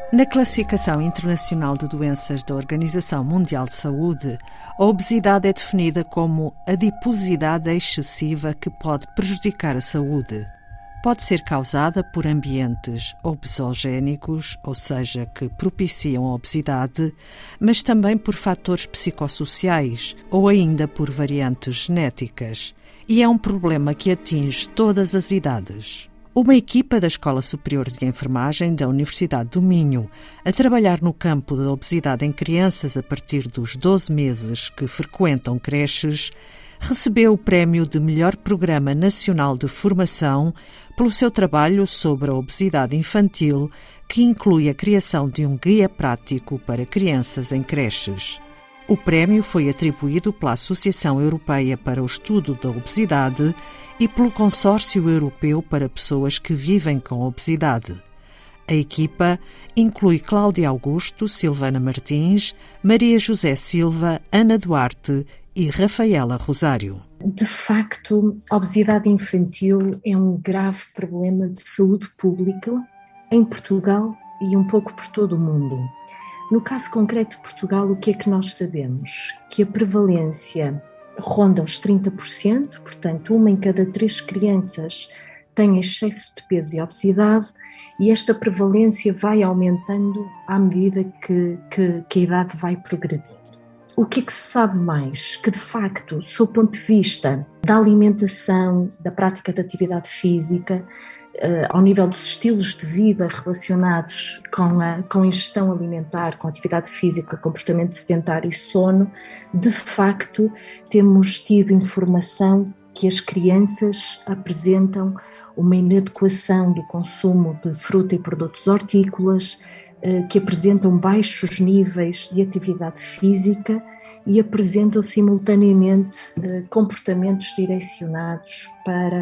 Na Classificação Internacional de Doenças da Organização Mundial de Saúde, a obesidade é definida como adiposidade excessiva que pode prejudicar a saúde. Pode ser causada por ambientes obesogénicos, ou seja, que propiciam a obesidade, mas também por fatores psicossociais ou ainda por variantes genéticas. E é um problema que atinge todas as idades. Uma equipa da Escola Superior de Enfermagem da Universidade do Minho, a trabalhar no campo da obesidade em crianças a partir dos 12 meses que frequentam creches, recebeu o prémio de melhor Programa Nacional de Formação pelo seu trabalho sobre a obesidade infantil, que inclui a criação de um guia prático para crianças em creches. O prémio foi atribuído pela Associação Europeia para o Estudo da Obesidade e pelo Consórcio Europeu para Pessoas que Vivem com Obesidade. A equipa inclui Cláudia Augusto, Silvana Martins, Maria José Silva, Ana Duarte e Rafaela Rosário. De facto, a obesidade infantil é um grave problema de saúde pública em Portugal e um pouco por todo o mundo. No caso concreto de Portugal, o que é que nós sabemos? Que a prevalência ronda os 30%, portanto, 1 em cada 3 crianças tem excesso de peso e obesidade, e esta prevalência vai aumentando à medida que a idade vai progredindo. O que é que se sabe mais? Que, de facto, sob o ponto de vista da alimentação, da prática de atividade física, ao nível dos estilos de vida relacionados com a ingestão alimentar, com atividade física, comportamento sedentário e sono, de facto temos tido informação que as crianças apresentam uma inadequação do consumo de fruta e produtos hortícolas, que apresentam baixos níveis de atividade física e apresentam simultaneamente comportamentos direcionados para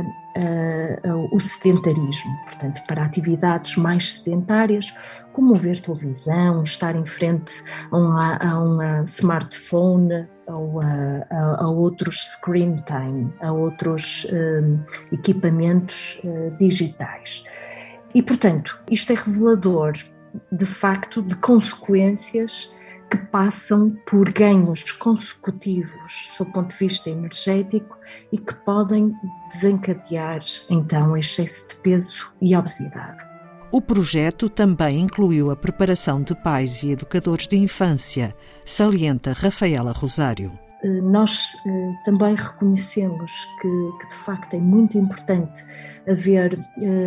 o sedentarismo, portanto, para atividades mais sedentárias, como ver televisão, estar em frente a um smartphone ou a outros screen time, a outros equipamentos digitais. E, portanto, isto é revelador, de facto, de consequências que passam por ganhos consecutivos sob o ponto de vista energético e que podem desencadear, então, excesso de peso e obesidade. O projeto também incluiu a preparação de pais e educadores de infância, salienta Rafaela Rosário. Nós também reconhecemos que de facto é muito importante haver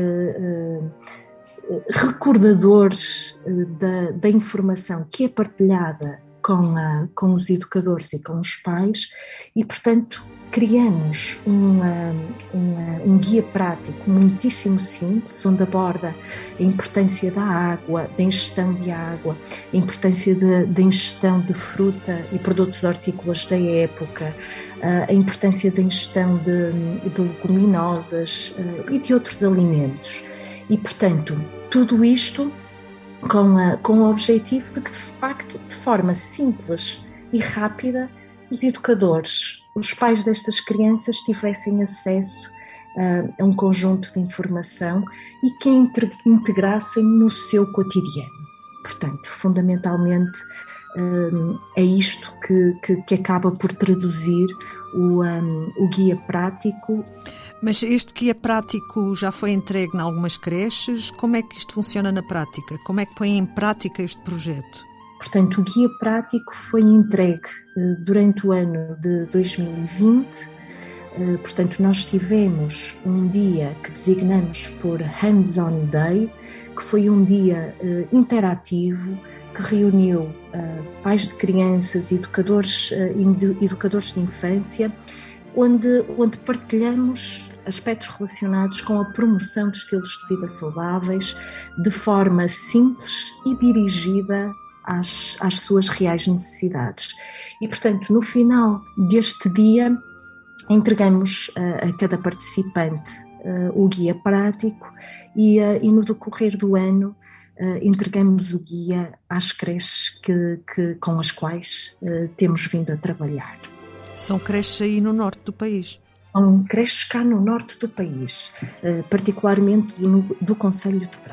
recordadores da informação que é partilhada com os educadores e com os pais e, portanto, criamos um guia prático muitíssimo simples, onde aborda a importância da água, da ingestão de água, a importância da ingestão de fruta e produtos hortícolas da época, a importância da ingestão de leguminosas e de outros alimentos. E, portanto, tudo isto com o objetivo de que, de facto, de forma simples e rápida, os educadores, os pais destas crianças tivessem acesso a um conjunto de informação e que a integrassem no seu cotidiano. Portanto, fundamentalmente, é isto que acaba por traduzir o guia prático. Mas este guia prático já foi entregue em algumas creches? Como é que isto funciona na prática? Como é que põe em prática este projeto? Portanto, o guia prático foi entregue durante o ano de 2020. Portanto, nós tivemos um dia que designamos por Hands-on Day, que foi um dia interativo, que reuniu pais de crianças, educadores de infância, onde partilhamos aspectos relacionados com a promoção de estilos de vida saudáveis de forma simples e dirigida às suas reais necessidades. E, portanto, no final deste dia, entregamos a cada participante o guia prático e no decorrer do ano entregamos o guia às creches com as quais temos vindo a trabalhar. São creches aí no norte do país? São creches cá no norte do país, particularmente do concelho de Braga.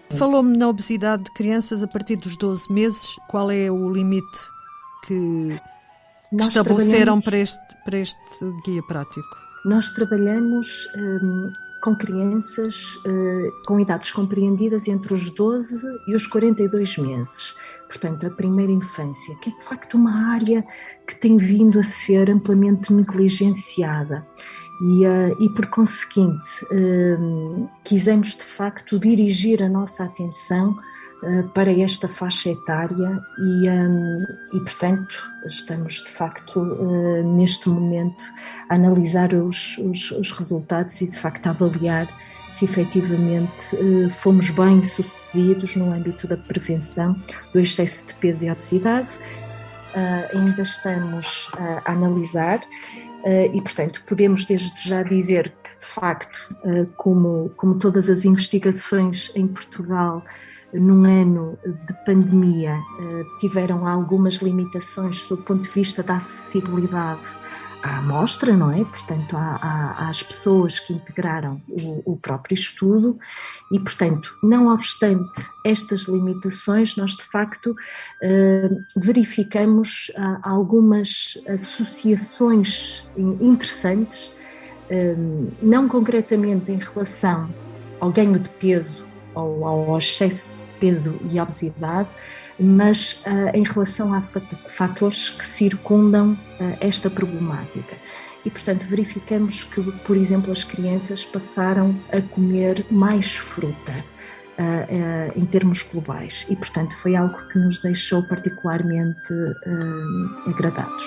Falou-me na obesidade de crianças a partir dos 12 meses. Qual é o limite que estabeleceram para este guia prático? Nós trabalhamos com crianças com idades compreendidas entre os 12 e os 42 meses. Portanto, a primeira infância, que é de facto uma área que tem vindo a ser amplamente negligenciada. E por conseguinte, quisemos de facto dirigir a nossa atenção para esta faixa etária e portanto, estamos de facto neste momento a analisar os resultados e de facto a avaliar se efetivamente fomos bem sucedidos no âmbito da prevenção do excesso de peso e obesidade. Ainda estamos a analisar. E, portanto, podemos desde já dizer que, de facto, como todas as investigações em Portugal num ano de pandemia tiveram algumas limitações sob o ponto de vista da acessibilidade à amostra, não é? Portanto, às pessoas que integraram o próprio estudo e, portanto, não obstante estas limitações, nós de facto verificamos algumas associações interessantes, não concretamente em relação ao ganho de peso ou ao excesso de peso e obesidade, mas em relação a fatores que circundam esta problemática. E, portanto, verificamos que, por exemplo, as crianças passaram a comer mais fruta em termos globais e, portanto, foi algo que nos deixou particularmente agradados.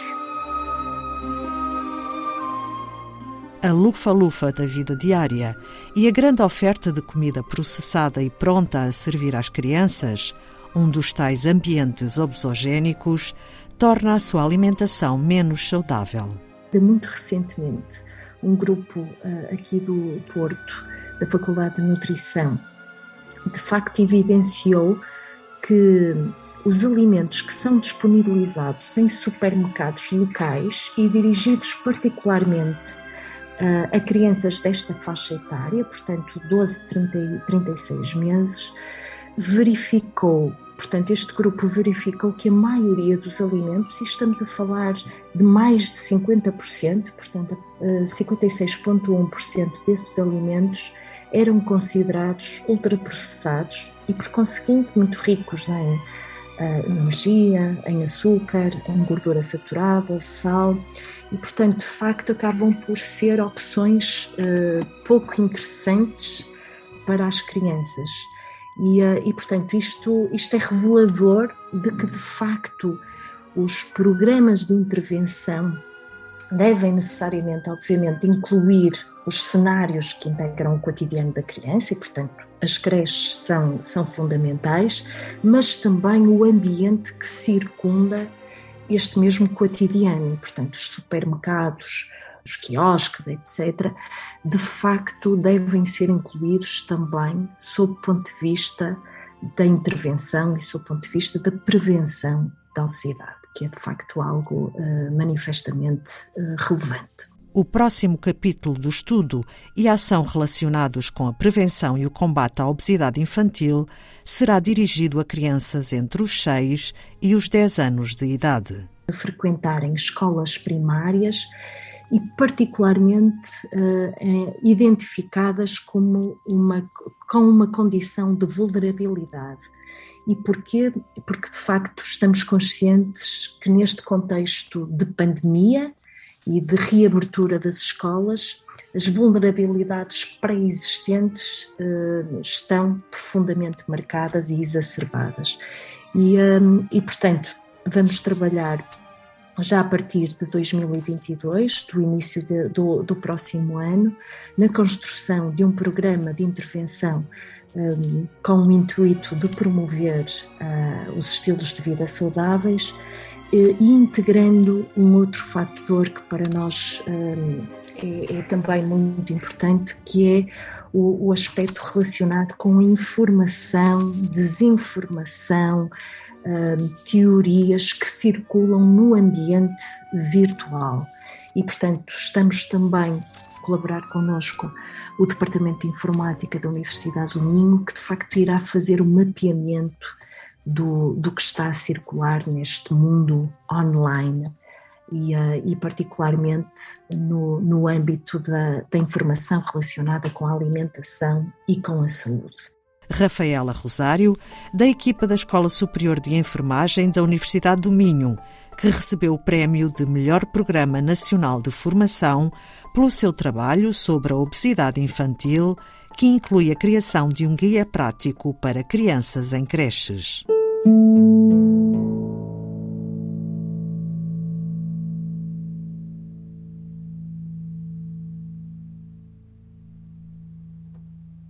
A lufa-lufa da vida diária e a grande oferta de comida processada e pronta a servir às crianças, um dos tais ambientes obesogénicos, torna a sua alimentação menos saudável. Muito recentemente, um grupo aqui do Porto, da Faculdade de Nutrição, de facto evidenciou que os alimentos que são disponibilizados em supermercados locais e dirigidos particularmente a crianças desta faixa etária, portanto 12, 36 meses, este grupo verificou que a maioria dos alimentos, e estamos a falar de mais de 50%, portanto 56,1% desses alimentos eram considerados ultraprocessados e por conseguinte muito ricos em energia, em açúcar, em gordura saturada, sal e portanto de facto acabam por ser opções pouco interessantes para as crianças. E portanto, isto é revelador de que, de facto, os programas de intervenção devem necessariamente, obviamente, incluir os cenários que integram o cotidiano da criança e, portanto, as creches são fundamentais, mas também o ambiente que circunda este mesmo cotidiano, portanto, os supermercados, os quiosques, etc., de facto devem ser incluídos também sob o ponto de vista da intervenção e sob o ponto de vista da prevenção da obesidade, que é de facto algo manifestamente relevante. O próximo capítulo do estudo e a ação relacionados com a prevenção e o combate à obesidade infantil será dirigido a crianças entre os 6 e os 10 anos de idade. A frequentarem escolas primárias e particularmente identificadas com uma condição de vulnerabilidade. E porquê? Porque de facto estamos conscientes que neste contexto de pandemia e de reabertura das escolas, as vulnerabilidades pré-existentes estão profundamente marcadas e exacerbadas. E portanto, vamos trabalhar já a partir de 2022, do início do próximo ano, na construção de um programa de intervenção com o intuito de promover os estilos de vida saudáveis e integrando um outro fator que para nós é também muito importante, que é o aspecto relacionado com a informação, desinformação, teorias que circulam no ambiente virtual. E, portanto, estamos também colaborar connosco o Departamento de Informática da Universidade do Minho, que de facto irá fazer o mapeamento do que está a circular neste mundo online e particularmente no âmbito da informação relacionada com a alimentação e com a saúde. Rafaela Rosário, da equipa da Escola Superior de Enfermagem da Universidade do Minho, que recebeu o prémio de Melhor Programa Nacional de Formação pelo seu trabalho sobre a obesidade infantil, que inclui a criação de um guia prático para crianças em creches.